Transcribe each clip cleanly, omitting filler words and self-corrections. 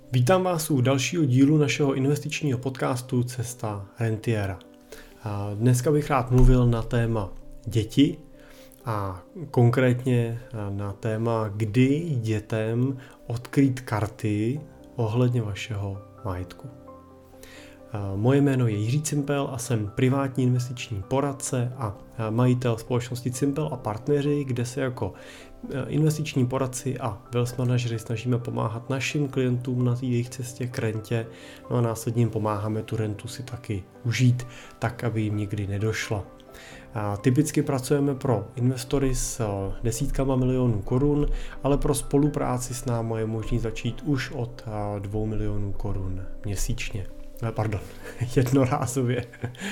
Vítám vás u dalšího dílu našeho investičního podcastu Cesta rentiera. Dneska bych rád mluvil na téma děti a konkrétně na téma, kdy dětem odkrýt karty ohledně vašeho majetku. Moje jméno je Jiří Cimpel a jsem privátní investiční poradce a majitel společnosti Cimpel a partneři, kde se jako investiční poradci a wealth manažeři snažíme pomáhat našim klientům na jejich cestě k rentě, no a následně jim pomáháme tu rentu si taky užít, tak aby jim nikdy nedošla. Typicky pracujeme pro investory s desítkama milionů korun, ale pro spolupráci s námi je možné začít už od 2 milionů korun měsíčně. Jednorázově.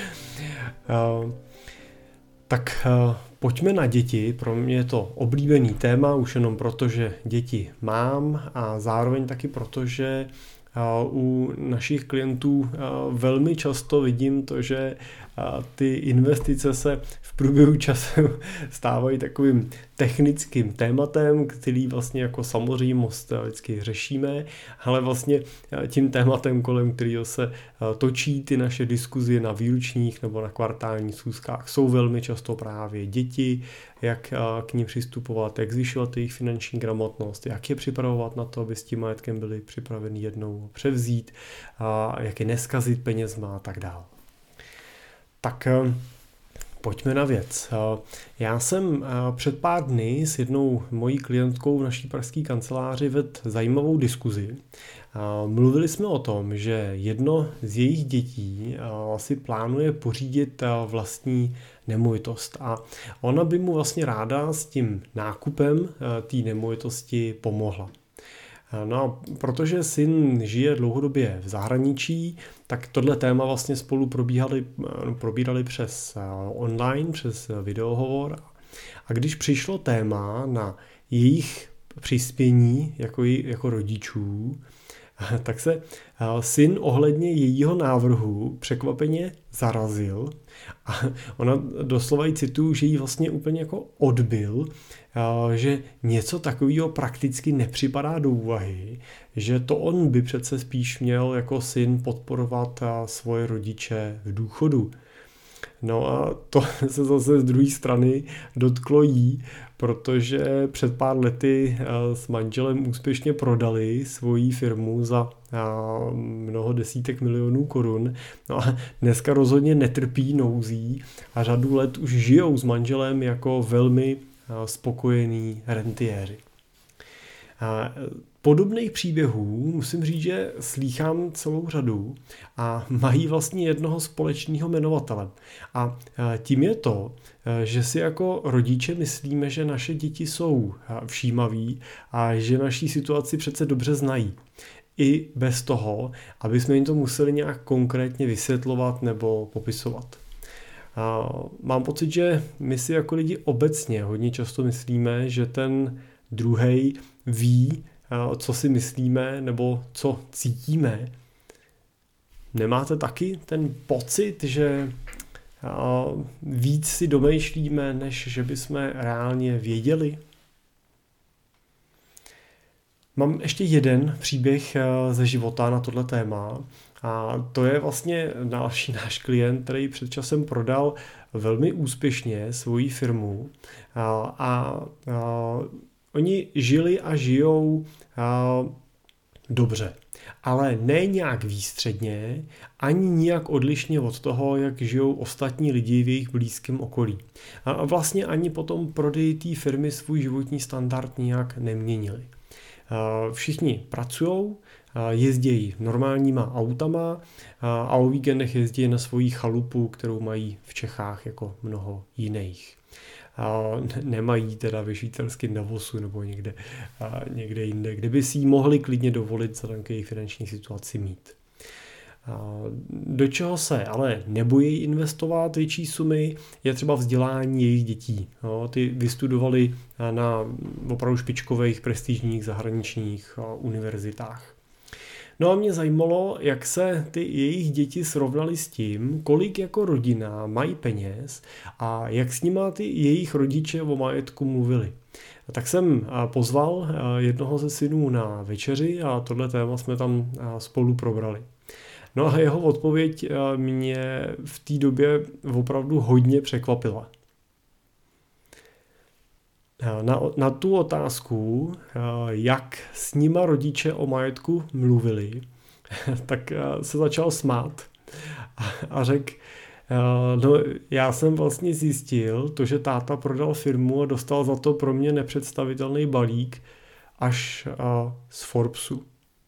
Tak pojďme na děti. Pro mě je to oblíbený téma, už jenom proto, že děti mám a zároveň taky proto, že u našich klientů velmi často vidím to, že ty investice se v průběhu času stávají takovým technickým tématem, který vlastně jako samozřejmost vždycky řešíme, ale vlastně tím tématem, kolem kterého se točí ty naše diskuze na výročních nebo na kvartálních schůzkách, jsou velmi často právě děti, jak k nim přistupovat, jak zvyšovat jejich finanční gramotnost, jak je připravovat na to, aby s tím majetkem byli připraveni jednou převzít, jak je neskazit penězma a tak dále. Tak pojďme na věc. Já jsem před pár dny s jednou mojí klientkou v naší pražské kanceláři vedl zajímavou diskuzi. Mluvili jsme o tom, že jedno z jejich dětí si plánuje pořídit vlastní nemovitost a ona by mu vlastně ráda s tím nákupem té nemovitosti pomohla. No a protože syn žije dlouhodobě v zahraničí, tak tohle téma vlastně spolu probírali přes online, přes videohovor. A když přišlo téma na jejich přispění jako rodičů, tak se syn ohledně jejího návrhu překvapeně zarazil a ona doslova ji cituju, že jí vlastně úplně jako odbyl, že něco takového prakticky nepřipadá do úvahy, že to on by přece spíš měl jako syn podporovat svoje rodiče v důchodu. No a to se zase z druhé strany dotklo jí, protože před pár lety s manželem úspěšně prodali svoji firmu za mnoho desítek milionů korun. No a dneska rozhodně netrpí nouzí a řadu let už žijou s manželem jako velmi spokojení rentiéři. Podobných příběhů musím říct, že slýchám celou řadu a mají vlastně jednoho společného jmenovatele. A tím je to, že si jako rodiče myslíme, že naše děti jsou všímaví a že naší situaci přece dobře znají. I bez toho, aby jsme jim to museli nějak konkrétně vysvětlovat nebo popisovat. Mám pocit, že my si jako lidi obecně hodně často myslíme, že ten druhej ví, co si myslíme nebo co cítíme. Nemáte taky ten pocit, že víc si domýšlíme, než že bychom reálně věděli? Mám ještě jeden příběh ze života na tohle téma a to je vlastně další náš klient, který před časem prodal velmi úspěšně svoji firmu a oni žili a žijou dobře, ale ne nějak výstředně, ani nijak odlišně od toho, jak žijou ostatní lidi v jejich blízkém okolí. A vlastně ani po tom prodeji té firmy svůj životní standard nijak neměnili. Všichni pracují, jezdí normálníma autama a o víkendech jezdí na svoji chalupu, kterou mají v Čechách jako mnoho jiných. Nemají teda ve švýcarském Davosu nebo někde jinde, kde by si ji mohli klidně dovolit vzhledem k jejich finanční situaci mít. Do čeho se ale nebojí investovat větší sumy, je třeba vzdělání jejich dětí. Ty vystudovali na opravdu špičkových prestižních zahraničních univerzitách. No a mě zajímalo, jak se ty jejich děti srovnaly s tím, kolik jako rodina mají peněz a jak s nima ty jejich rodiče o majetku mluvili. Tak jsem pozval jednoho ze synů na večeři a tohle téma jsme tam spolu probrali. No a jeho odpověď mě v té době opravdu hodně překvapila. Na tu otázku, jak s nima rodiče o majetku mluvili, tak se začal smát a řekl, no já jsem vlastně zjistil to, že táta prodal firmu a dostal za to pro mě nepředstavitelný balík až z Forbesu.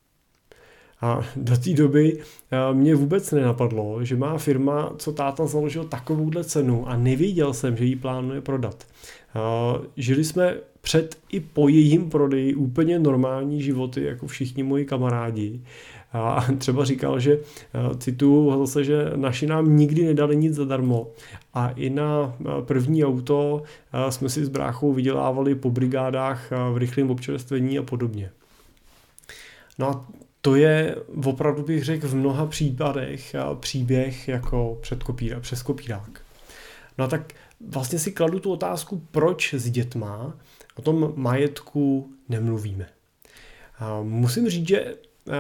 A do té doby mě vůbec nenapadlo, že má firma, co táta založil, takovouhle cenu a nevěděl jsem, že ji plánuje prodat. Žili jsme před i po jejím prodeji úplně normální životy, jako všichni moji kamarádi. A třeba říkal, že cituju zase, že naši nám nikdy nedali nic zadarmo. A i na první auto jsme si s bráchou vydělávali po brigádách v rychlém občerstvení a podobně. No a to je opravdu, bych řekl, v mnoha případech příběh jako přes kopírák. No a tak vlastně si kladu tu otázku, proč s dětma o tom majetku nemluvíme. Musím říct, že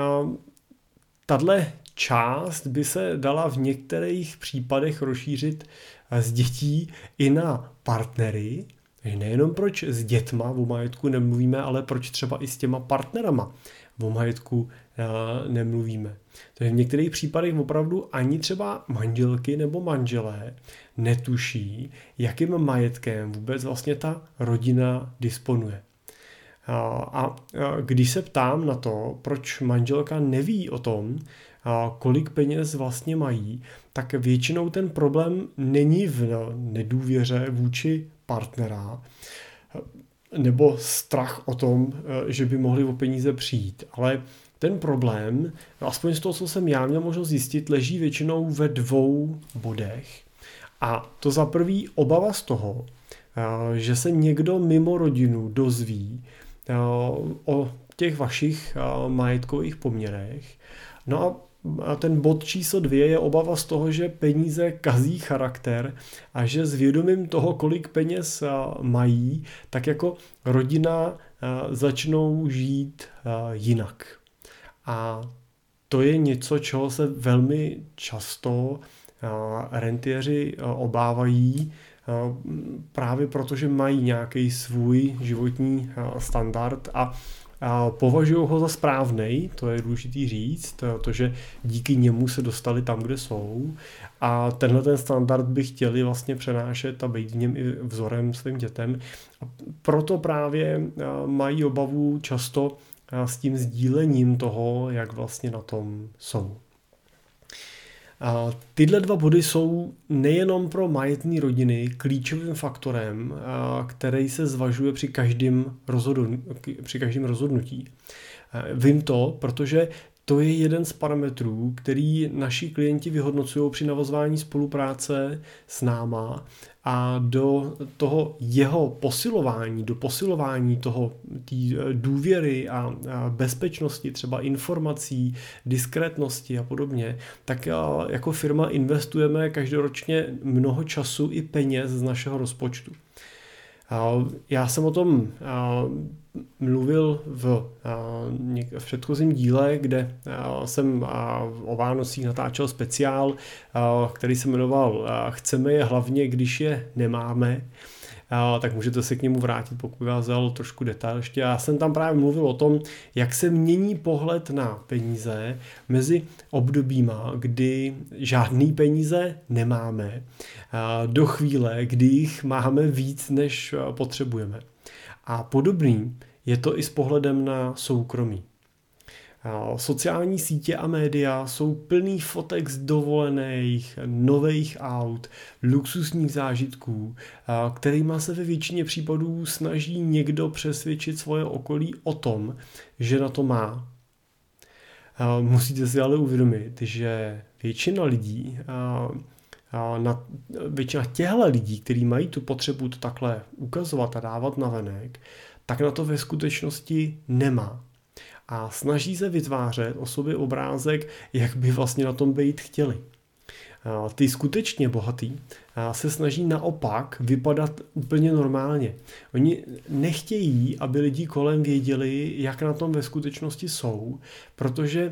tato část by se dala v některých případech rozšířit z dětí i na partnery. Nejenom proč s dětma o majetku nemluvíme, ale proč třeba i s těma partnerama o majetku nemluvíme. Takže v některých případech opravdu ani třeba manželky nebo manželé netuší, jakým majetkem vůbec vlastně ta rodina disponuje. A když se ptám na to, proč manželka neví o tom, kolik peněz vlastně mají, tak většinou ten problém není v nedůvěře vůči partnera nebo strach o tom, že by mohli o peníze přijít. Ale ten problém, aspoň z toho, co jsem já měl možnost zjistit, leží většinou ve dvou bodech. A to za prvý obava z toho, že se někdo mimo rodinu dozví o těch vašich majetkových poměrech. No a ten bod číslo 2 je obava z toho, že peníze kazí charakter a že s vědomím toho, kolik peněz mají, tak jako rodina začnou žít jinak. A to je něco, čeho se velmi často rentiéři obávají, právě protože mají nějaký svůj životní standard a považují ho za správnej, to je důležitý říct, protože díky němu se dostali tam, kde jsou, a tenhle ten standard by chtěli vlastně přenášet a být v něm i vzorem svým dětem. A proto právě mají obavu často s tím sdílením toho, jak vlastně na tom jsou. Tyhle dva body jsou nejenom pro majetné rodiny klíčovým faktorem, který se zvažuje při každém rozhodnutí. Vím to, protože to je jeden z parametrů, který naši klienti vyhodnocují při navazování spolupráce s náma a do toho jeho posilování, do posilování toho té důvěry a bezpečnosti, třeba informací, diskrétnosti a podobně, tak jako firma investujeme každoročně mnoho času i peněz z našeho rozpočtu. Já jsem o tom mluvil v předchozím díle, kde jsem o Vánocích natáčel speciál, který se jmenoval Chceme je hlavně, když je nemáme. Tak můžete se k němu vrátit, pokud vás vzal trošku detail ještě. Já jsem tam právě mluvil o tom, jak se mění pohled na peníze mezi obdobíma, kdy žádný peníze nemáme, do chvíle, kdy jich máme víc, než potřebujeme. A podobný je to i s pohledem na soukromí. Sociální sítě a média jsou plný fotek z dovolených, nových aut, luxusních zážitků, kterýma se ve většině případů snaží někdo přesvědčit svoje okolí o tom, že na to má. Musíte si ale uvědomit, že většina lidí, většina těchto lidí, kteří mají tu potřebu to takhle ukazovat a dávat navenek, tak na to ve skutečnosti nemá. A snaží se vytvářet o sobě obrázek, jak by vlastně na tom být chtěli. Ty skutečně bohatý se snaží naopak vypadat úplně normálně. Oni nechtějí, aby lidi kolem věděli, jak na tom ve skutečnosti jsou, protože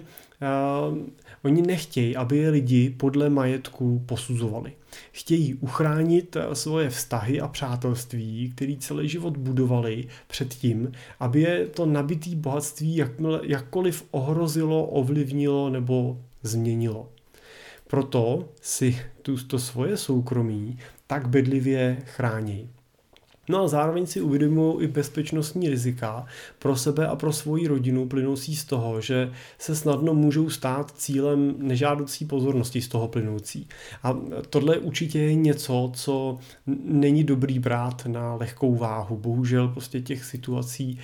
oni nechtějí, aby je lidi podle majetku posuzovali. Chtějí uchránit svoje vztahy a přátelství, které celý život budovali před tím, aby je to nabitý bohatství jakkoliv ohrozilo, ovlivnilo nebo změnilo. Proto si to svoje soukromí tak bedlivě chrání. No a zároveň si uvědomují i bezpečnostní rizika pro sebe a pro svoji rodinu plynoucí z toho, že se snadno můžou stát cílem nežádoucí pozornosti z toho plynoucí. A tohle určitě je něco, co není dobrý brát na lehkou váhu. Bohužel prostě těch situací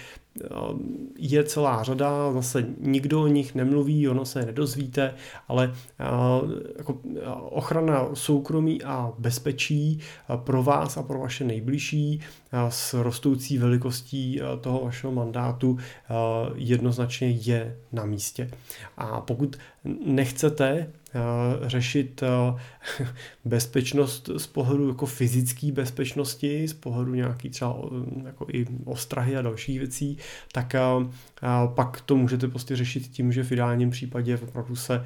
je celá řada, zase nikdo o nich nemluví, ono se nedozvíte, ale jako ochrana soukromí a bezpečí pro vás a pro vaše nejbližší s rostoucí velikostí toho vašeho mandátu jednoznačně je na místě. A pokud nechcete řešit bezpečnost z pohledu jako fyzické bezpečnosti, z pohledu nějaký třeba jako i ostrahy a dalších věcí, tak pak to můžete prostě řešit tím, že v ideálním případě opravdu se,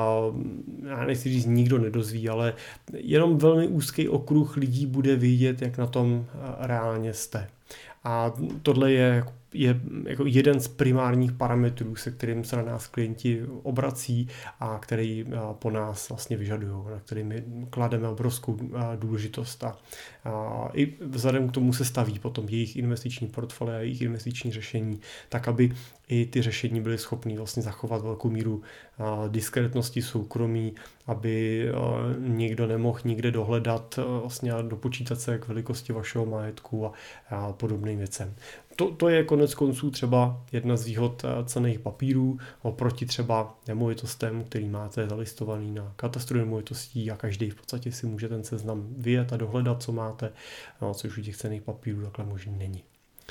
já nechci říct, nikdo nedozví, ale jenom velmi úzký okruh lidí bude vidět, jak na tom reálně jste. A tohle je jako jeden z primárních parametrů, se kterým se na nás klienti obrací a který po nás vlastně vyžadují, na který my klademe obrovskou důležitost a i vzhledem k tomu se staví potom jejich investiční portfolio a jejich investiční řešení, tak aby i ty řešení byly schopny vlastně zachovat velkou míru diskrétnosti, soukromí, aby nikdo nemohl nikde dohledat vlastně a dopočítat se k velikosti vašeho majetku a podobným věcem. To je konec konců třeba jedna z výhod cenných papírů oproti třeba nemovitostem, který máte zalistovaný na katastru nemovitostí a každý v podstatě si může ten seznam vyjet a dohledat, co máte, což u těch cenných papírů takhle možný není.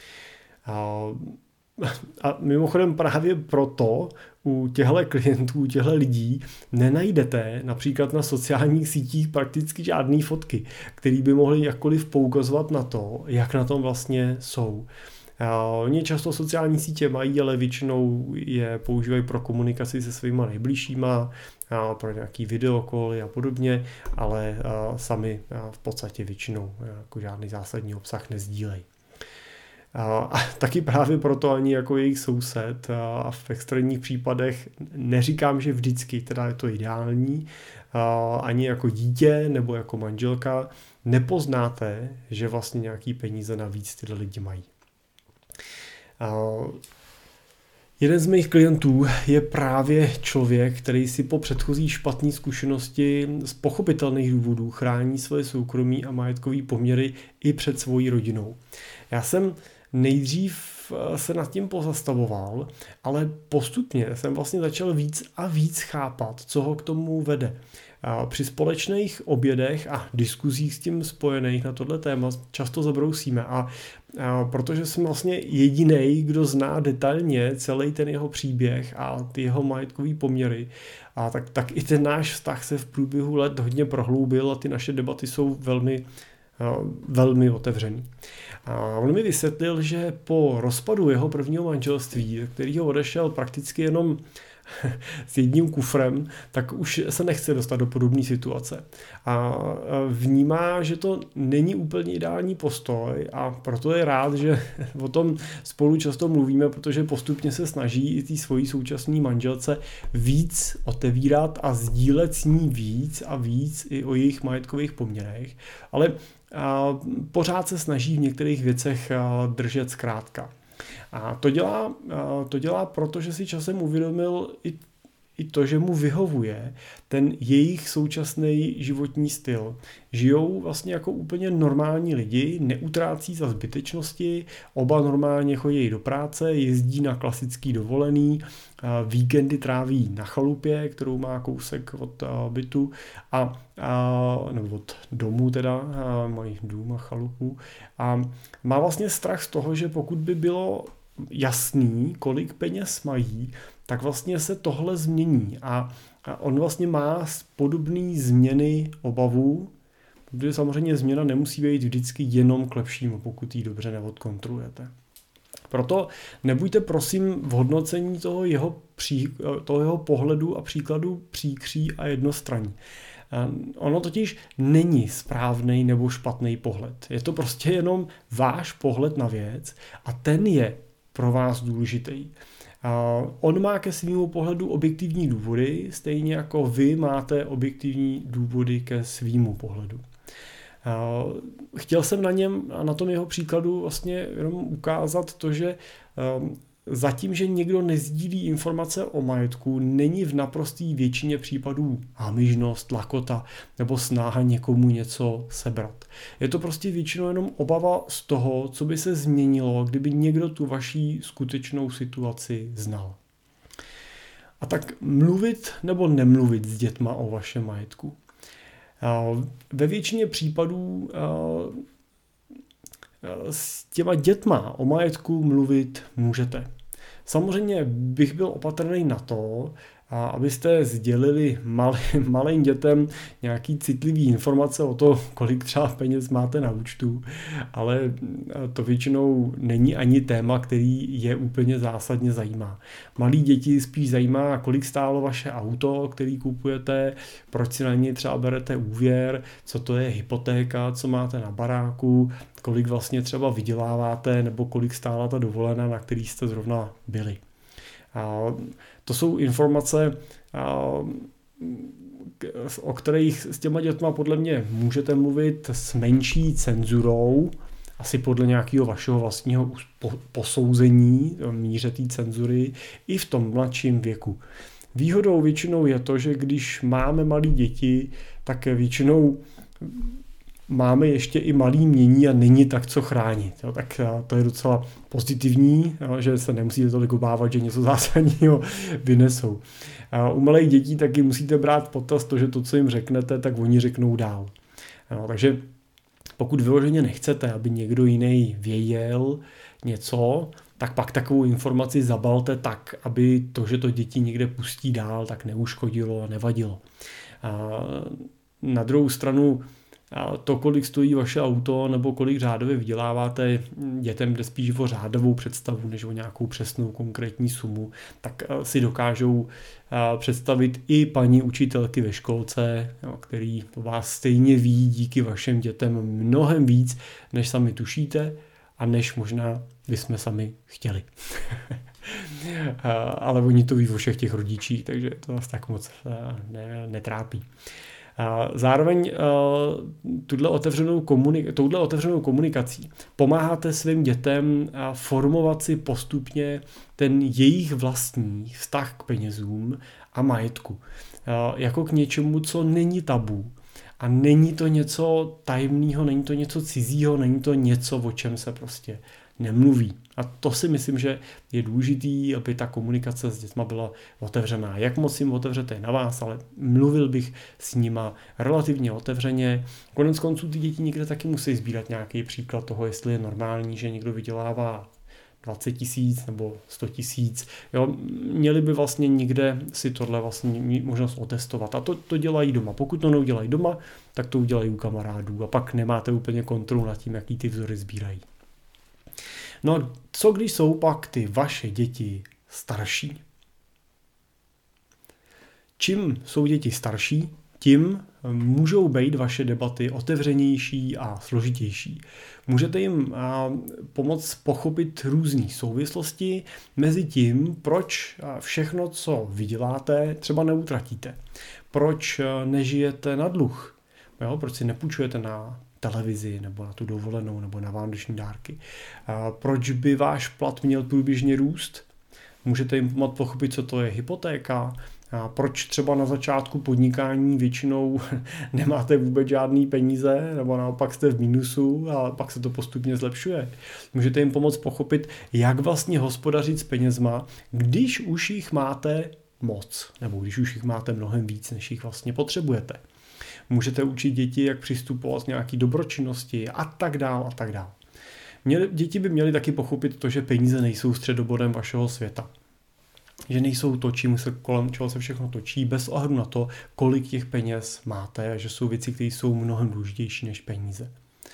A mimochodem právě proto u těchto klientů, u těchto lidí nenajdete například na sociálních sítích prakticky žádné fotky, které by mohly jakkoliv poukazovat na to, jak na tom vlastně jsou. Oni často sociální sítě mají, ale většinou je používají pro komunikaci se svýma nejbližšíma, pro nějaký videokoly a podobně, ale sami v podstatě většinou jako žádný zásadní obsah nezdílejí. A taky právě proto ani jako jejich soused a v extrémních případech neříkám, že vždycky teda je to ideální, ani jako dítě nebo jako manželka nepoznáte, že vlastně nějaký peníze navíc tyhle lidi mají. Jeden z mých klientů je právě člověk, který si po předchozí špatné zkušenosti z pochopitelných důvodů chrání svoje soukromí a majetkové poměry i před svojí rodinou. Já jsem nejdřív se nad tím pozastavoval, ale postupně jsem vlastně začal víc a víc chápat, co ho k tomu vede. Při společných obědech a diskuzích s tím spojených na tohle téma často zabrousíme a protože jsem vlastně jedinej, kdo zná detailně celý ten jeho příběh a ty jeho majetkové poměry, tak i ten náš vztah se v průběhu let hodně prohloubil a ty naše debaty jsou velmi otevřený. A on mi vysvětlil, že po rozpadu jeho prvního manželství, kterýho odešel prakticky jenom s jedním kufrem, tak už se nechce dostat do podobné situace. A vnímá, že to není úplně ideální postoj a proto je rád, že o tom spolu často mluvíme, protože postupně se snaží i té svojí současné manželce víc otevírat a sdílet s ní víc a víc i o jejich majetkových poměrech, ale pořád se snaží v některých věcech držet zkrátka. A to dělá proto, že si časem uvědomil i to, že mu vyhovuje ten jejich současný životní styl. Žijou vlastně jako úplně normální lidi, neutrácí za zbytečnosti, oba normálně chodí do práce, jezdí na klasický dovolený, víkendy tráví na chalupě, kterou má kousek od bytu nebo od domu teda, mají dům a chalupu. A má vlastně strach z toho, že pokud by bylo jasný, kolik peněz mají, tak vlastně se tohle změní a on vlastně má podobné změny obavu, protože samozřejmě změna nemusí být vždycky jenom k lepšímu, pokud ji dobře neodkontrolujete. Proto nebuďte prosím v hodnocení toho jeho pohledu a příkladu příkří a jednostranní. Ono totiž není správný nebo špatný pohled. Je to prostě jenom váš pohled na věc a ten je pro vás důležitý. On má ke svému pohledu objektivní důvody, stejně jako vy máte objektivní důvody ke svému pohledu. Chtěl jsem na tom jeho příkladu vlastně jenom ukázat to, že zatím, že někdo nezdílí informace o majetku, není v naprosté většině případů hamižnost, lakota nebo snaha někomu něco sebrat. Je to prostě většinou jenom obava z toho, co by se změnilo, kdyby někdo tu vaší skutečnou situaci znal. A tak mluvit nebo nemluvit s dětma o vašem majetku. Ve většině případů s těma dětma o majetku mluvit můžete. Samozřejmě bych byl opatrný na to, abyste sdělili malým dětem nějaký citlivý informace o to, kolik třeba peněz máte na účtu, ale to většinou není ani téma, který je úplně zásadně zajímá. Malí děti spíš zajímá, kolik stálo vaše auto, který kupujete, proč si na něj třeba berete úvěr, co to je hypotéka, co máte na baráku, kolik vlastně třeba vyděláváte, nebo kolik stála ta dovolená, na který jste zrovna byli. To jsou informace, o kterých s těma dětma podle mě můžete mluvit s menší cenzurou, asi podle nějakého vašeho vlastního posouzení míře té cenzury i v tom mladším věku. Výhodou většinou je to, že když máme malé děti, tak většinou máme ještě i malý mění a není tak co chránit. Jo, tak to je docela pozitivní, jo, že se nemusíte tolik obávat, že něco zásadního vynesou. U malých dětí taky musíte brát v potaz to, že to, co jim řeknete, tak oni řeknou dál. Jo, takže pokud vyloženě nechcete, aby někdo jiný věděl něco, tak pak takovou informaci zabalte tak, aby to, že to děti někde pustí dál, tak neuškodilo a nevadilo. Na druhou stranu to, kolik stojí vaše auto nebo kolik řádově vyděláváte, dětem jde spíš o řádovou představu než o nějakou přesnou konkrétní sumu, tak si dokážou představit i paní učitelky ve školce, který o vás stejně ví díky vašim dětem mnohem víc, než sami tušíte a než možná bychom sami chtěli. Ale oni to ví o všech těch rodičích, takže to vás tak moc netrápí. Zároveň touhle otevřenou komunikací pomáháte svým dětem formovat si postupně ten jejich vlastní vztah k penězům a majetku. Jako k něčemu, co není tabu. A není to něco tajemného, není to něco cizího, není to něco, o čem se prostě nemluví. A to si myslím, že je důležitý, aby ta komunikace s dětma byla otevřená. Jak moc jim otevřete je na vás, ale mluvil bych s nima relativně otevřeně. Konec konců ty děti někde taky musí sbírat nějaký příklad toho, jestli je normální, že někdo vydělává 20 000 nebo 100 000. Měli by vlastně někde si tohle vlastně mít možnost otestovat. A to dělají doma. Pokud to neudělají doma, tak to udělají u kamarádů. A pak nemáte úplně kontrolu nad tím, jaký ty vzory sbírají. No a co když jsou pak ty vaše děti starší? Čím jsou děti starší, tím můžou být vaše debaty otevřenější a složitější. Můžete jim pomoct pochopit různé souvislosti mezi tím, proč všechno, co vyděláte, třeba neutratíte. Proč nežijete na dluh. Proč si nepůjčujete na televizi nebo na tu dovolenou nebo na vánoční dárky. Proč by váš plat měl průběžně růst? Můžete jim pomoct pochopit, co to je hypotéka. Proč třeba na začátku podnikání většinou nemáte vůbec žádný peníze nebo naopak jste v mínusu a pak se to postupně zlepšuje. Můžete jim pomoct pochopit, jak vlastně hospodařit s penězma, když už jich máte moc nebo když už jich máte mnohem víc, než jich vlastně potřebujete. Můžete učit děti, jak přistupovat k nějaký dobročinnosti a tak dál a tak dál. Děti by měly taky pochopit to, že peníze nejsou středobodem vašeho světa. že nejsou to, kolem čeho se všechno točí, bez ohledu na to, kolik těch peněz máte, a že jsou věci, které jsou mnohem důležitější než peníze.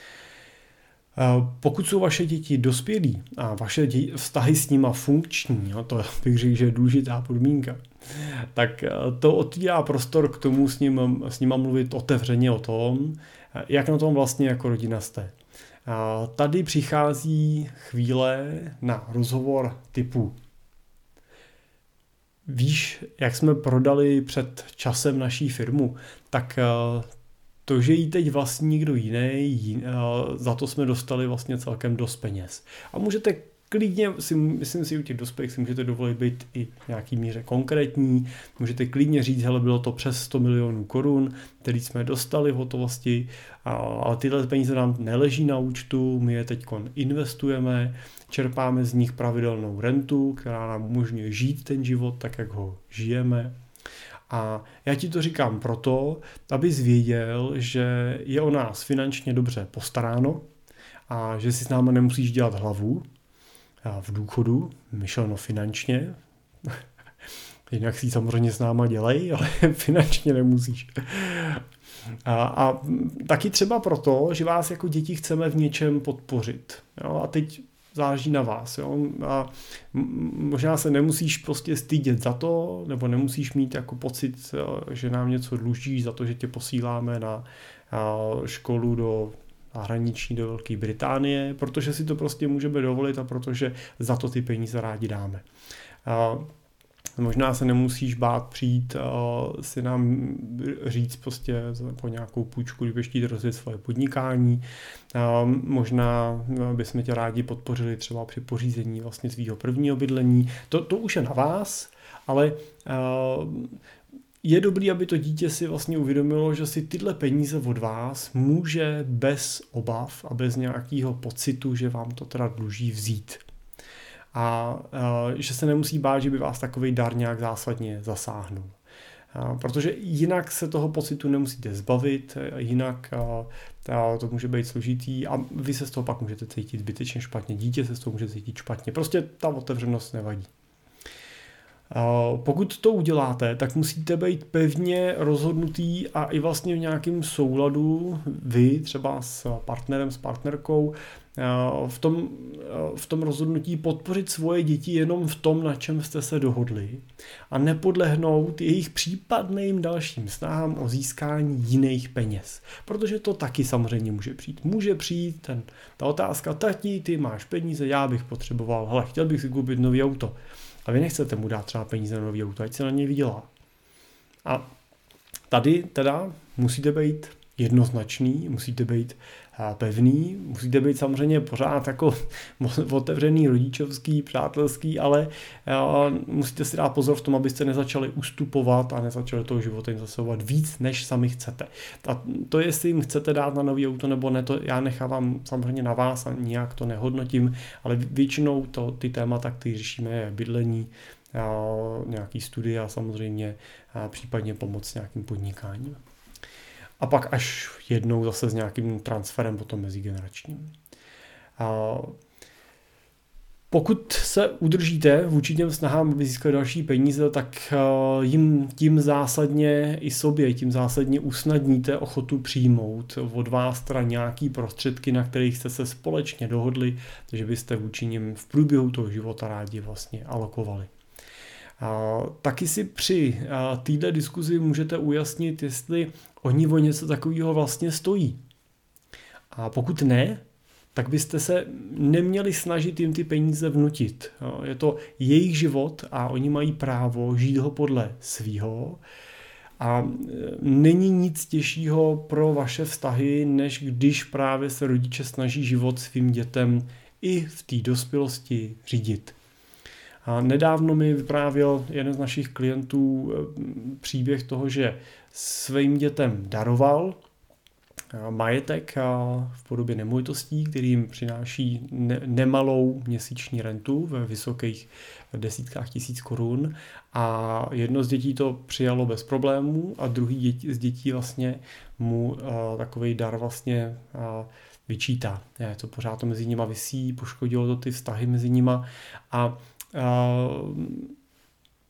Pokud jsou vaše děti dospělí a vaše vztahy s nima funkční, to bych řekl, že je důležitá podmínka, tak to otvírá prostor k tomu s nima mluvit otevřeně o tom, jak na tom vlastně jako rodina jste. Tady přichází chvíle na rozhovor typu: víš, jak jsme prodali před časem naší firmu, tak to, že jí teď vlastní někdo jiný, za to jsme dostali vlastně celkem dost peněz. A můžete klidně, myslím si, u těch dospělých si můžete dovolit být i v nějaký míře konkrétní, můžete klidně říct, hele, bylo to přes 100 milionů korun, který jsme dostali v hotovosti, ale tyhle peníze nám neleží na účtu, my je teď investujeme, čerpáme z nich pravidelnou rentu, která nám umožňuje žít ten život tak, jak ho žijeme. A já ti to říkám proto, abys věděl, že je o nás finančně dobře postaráno a že si s námi nemusíš dělat hlavu v důchodu, myšleno finančně. Jinak si samozřejmě s náma dělej, ale finančně nemusíš. A taky třeba proto, že vás jako děti chceme v něčem podpořit. Jo? A teď záleží na vás. Jo? A možná se nemusíš prostě stydět za to, nebo nemusíš mít jako pocit, že nám něco dlužíš za to, že tě posíláme na školu do zahraničí, do Velké Británie, protože si to prostě můžeme dovolit a protože za to ty peníze rádi dáme. Možná se nemusíš bát přijít si nám říct prostě po nějakou půjčku, když chtít rozjet svoje podnikání. Možná bychom tě rádi podpořili třeba při pořízení vlastně svého prvního bydlení. To už je na vás, ale je dobrý, aby to dítě si vlastně uvědomilo, že si tyhle peníze od vás může bez obav a bez nějakého pocitu, že vám to teda dluží, vzít. A že se nemusí bát, že by vás takový dar nějak zásadně zasáhnul. Protože jinak se toho pocitu nemusíte zbavit, jinak to může být složitý a vy se z toho pak můžete cítit zbytečně špatně, dítě se z toho může cítit špatně. Prostě ta otevřenost nevadí. Pokud to uděláte, tak musíte být pevně rozhodnutý a i vlastně v nějakém souladu vy třeba s partnerem, s partnerkou v tom rozhodnutí podpořit svoje děti jenom v tom, na čem jste se dohodli a nepodlehnout jejich případným dalším snahám o získání jiných peněz. Protože to taky samozřejmě může přijít. Může přijít ta otázka: tati, ty máš peníze, já bych potřeboval, hele, chtěl bych si koupit nový auto. A vy nechcete mu dát třeba peníze na nový auto, ať se na něj vydělá. A tady teda musíte být jednoznačný, musíte být pevný, musíte být samozřejmě pořád jako otevřený, rodičovský, přátelský, ale musíte si dát pozor v tom, abyste nezačali ustupovat a nezačali toho života jim zasahovat víc, než sami chcete. A to, jestli jim chcete dát na nový auto nebo ne, to já nechávám samozřejmě na vás a nijak to nehodnotím, ale většinou ty témata, které řešíme, je bydlení, nějaký studie a samozřejmě případně pomoc s nějakým podnikáním. A pak až jednou zase s nějakým transferem potom mezigeneračním. Pokud se udržíte vůči těm snahám, aby získali další peníze, tak jim tím zásadně i sobě, tím zásadně usnadníte ochotu přijmout od vás teda nějaký prostředky, na kterých jste se společně dohodli, že byste vůči nim v průběhu toho života rádi vlastně alokovali. Taky si při této diskuzi můžete ujasnit, jestli oni o něco takového vlastně stojí. A pokud ne, tak byste se neměli snažit jim ty peníze vnutit. Je to jejich život a oni mají právo žít ho podle svýho. A není nic těžšího pro vaše vztahy, než když právě se rodiče snaží život svým dětem i v té dospělosti řídit. A nedávno mi vyprávěl jeden z našich klientů příběh toho, že svým dětem daroval majetek v podobě nemovitostí, který jim přináší nemalou měsíční rentu ve vysokých desítkách tisíc korun, a jedno z dětí to přijalo bez problémů a druhý z dětí vlastně mu takovej dar vlastně vyčítá. To pořád to mezi nima visí, poškodilo to ty vztahy mezi nima a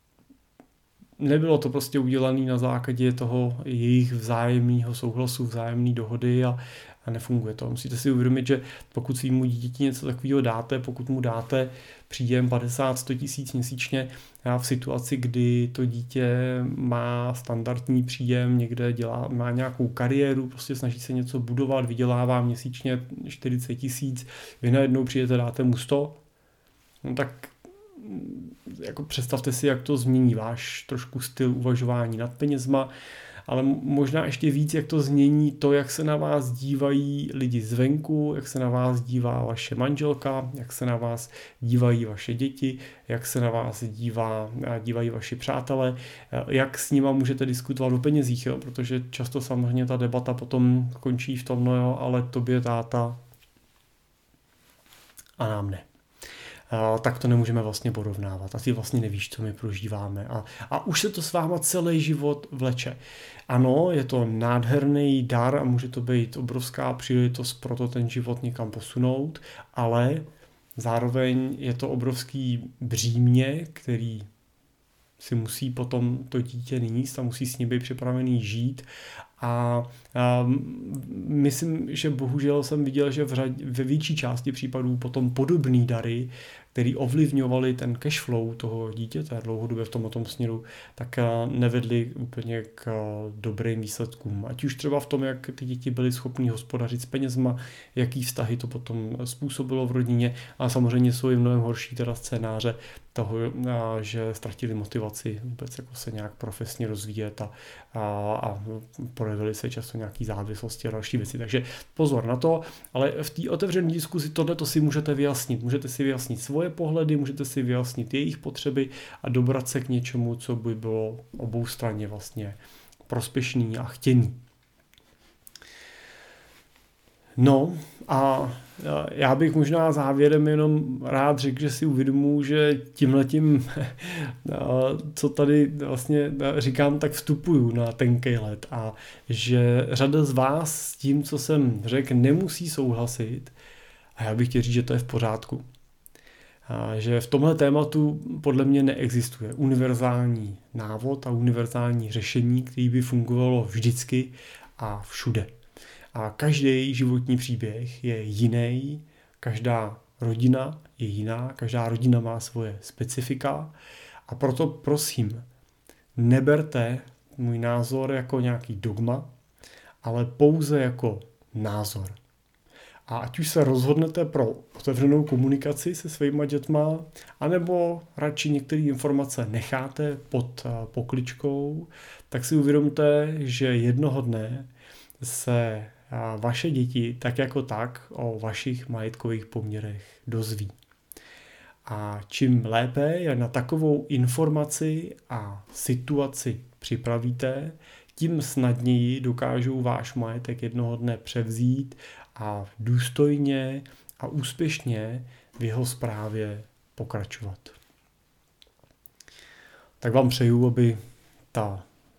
nebylo to prostě udělané na základě toho jejich vzájemného souhlasu, vzájemné dohody a nefunguje to. Musíte si uvědomit, že pokud svýmu dítěti něco takového dáte, pokud mu dáte příjem 50-100 tisíc měsíčně v situaci, kdy to dítě má standardní příjem, někde má nějakou kariéru, prostě snaží se něco budovat, vydělává měsíčně 40 tisíc, vy najednou přijete, dáte mu 100, no tak jako představte si, jak to změní váš trošku styl uvažování nad penězma, ale možná ještě víc, jak to změní to, jak se na vás dívají lidi zvenku, jak se na vás dívá vaše manželka, jak se na vás dívají vaše děti, jak se na vás dívají vaši přátelé, jak s nima můžete diskutovat o penězích, jo? Protože často samozřejmě ta debata potom končí v tom, no jo, ale tobě táta a nám ne. Tak to nemůžeme vlastně porovnávat. A ty vlastně nevíš, co my prožíváme. A už se to s váma celý život vleče. Ano, je to nádherný dar a může to být obrovská příležitost pro to ten život někam posunout, ale zároveň je to obrovský břímě, který si musí potom to dítě níst a musí s ním být připravený žít. A myslím, že bohužel jsem viděl, že ve větší části případů potom podobný dary, který ovlivňovali ten cash flow toho dítěte dlouhodobě v tomto směru, tak nevedli úplně k dobrým výsledkům. Ať už třeba v tom, jak ty děti byly schopní hospodařit s penězma, jaký vztahy to potom způsobilo v rodině, a samozřejmě jsou i mnohem horší teda scénáře toho, že ztratili motivaci vůbec jako se nějak profesně rozvíjet a projevily se často nějaký závislosti a další věci. Takže pozor na to, ale v té otevřené diskuzi tohleto si můžete vyjasnit. Můžete si vyjasnit svoje pohledy, můžete si vyjasnit jejich potřeby a dobrat se k něčemu, co by bylo oboustranně vlastně prospěšný a chtěný. No a já bych možná závěrem jenom rád řekl, že si uvědomuji, že tímhletím, co tady vlastně říkám, tak vstupuju na tenkej led a že řada z vás s tím, co jsem řekl, nemusí souhlasit a já bych chtěl říct, že to je v pořádku. A že v tomhle tématu podle mě neexistuje univerzální návod a univerzální řešení, který by fungovalo vždycky a všude. A každý životní příběh je jiný, každá rodina je jiná, každá rodina má svoje specifika a proto prosím, neberte můj názor jako nějaký dogma, ale pouze jako názor. A ať už se rozhodnete pro otevřenou komunikaci se svýma dětma, anebo radši některé informace necháte pod pokličkou, tak si uvědomte, že jednoho dne se vaše děti tak jako tak o vašich majetkových poměrech dozví. A čím lépe je na takovou informaci a situaci připravíte, tím snadněji dokážou váš majetek jednoho dne převzít a důstojně a úspěšně v jeho správě pokračovat. Tak vám přeju, aby to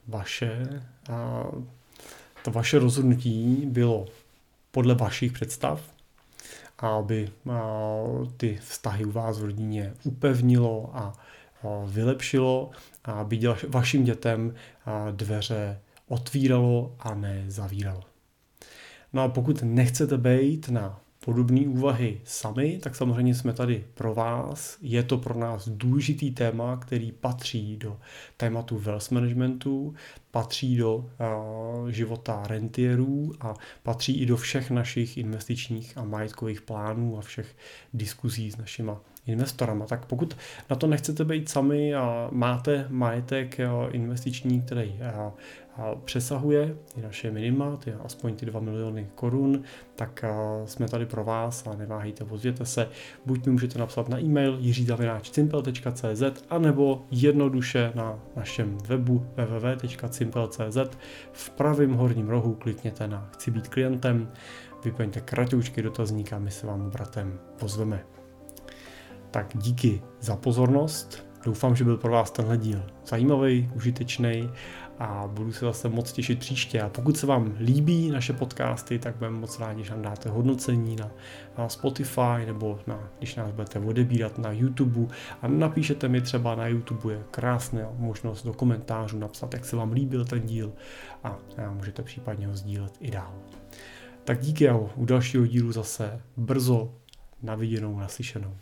vaše rozhodnutí bylo podle vašich představ a aby ty vztahy u vás v rodině upevnilo a vylepšilo a aby vašim dětem dveře otvíralo a ne zavíralo. No a pokud nechcete být na podobné úvahy sami, tak samozřejmě jsme tady pro vás. Je to pro nás důležitý téma, který patří do tématu wealth managementu, patří do života rentierů a patří i do všech našich investičních a majetkových plánů a všech diskuzí s našima investorama. Tak pokud na to nechcete být sami a máte majetek investiční, který přesahuje i naše minima, aspoň ty 2 miliony korun, tak jsme tady pro vás a neváhejte, ozvěte se. Buď mi můžete napsat na e-mail jiří@cimpel.cz anebo jednoduše na našem webu www.cimpel.cz. V pravém horním rohu klikněte na Chci být klientem, vyplňte kratoučky dotazník a my se vám bratem pozveme. Tak díky za pozornost. Doufám, že byl pro vás tenhle díl zajímavý, užitečný a budu se zase moc těšit příště. A pokud se vám líbí naše podcasty, tak budeme moc rádi, že nám dáte hodnocení na Spotify nebo když nás budete odebírat na YouTube a napíšete mi třeba na YouTube, je krásná možnost do komentářů napsat, jak se vám líbil ten díl a můžete případně ho sdílet i dál. Tak díky a u dalšího dílu zase brzo, na viděnou, naslyšenou.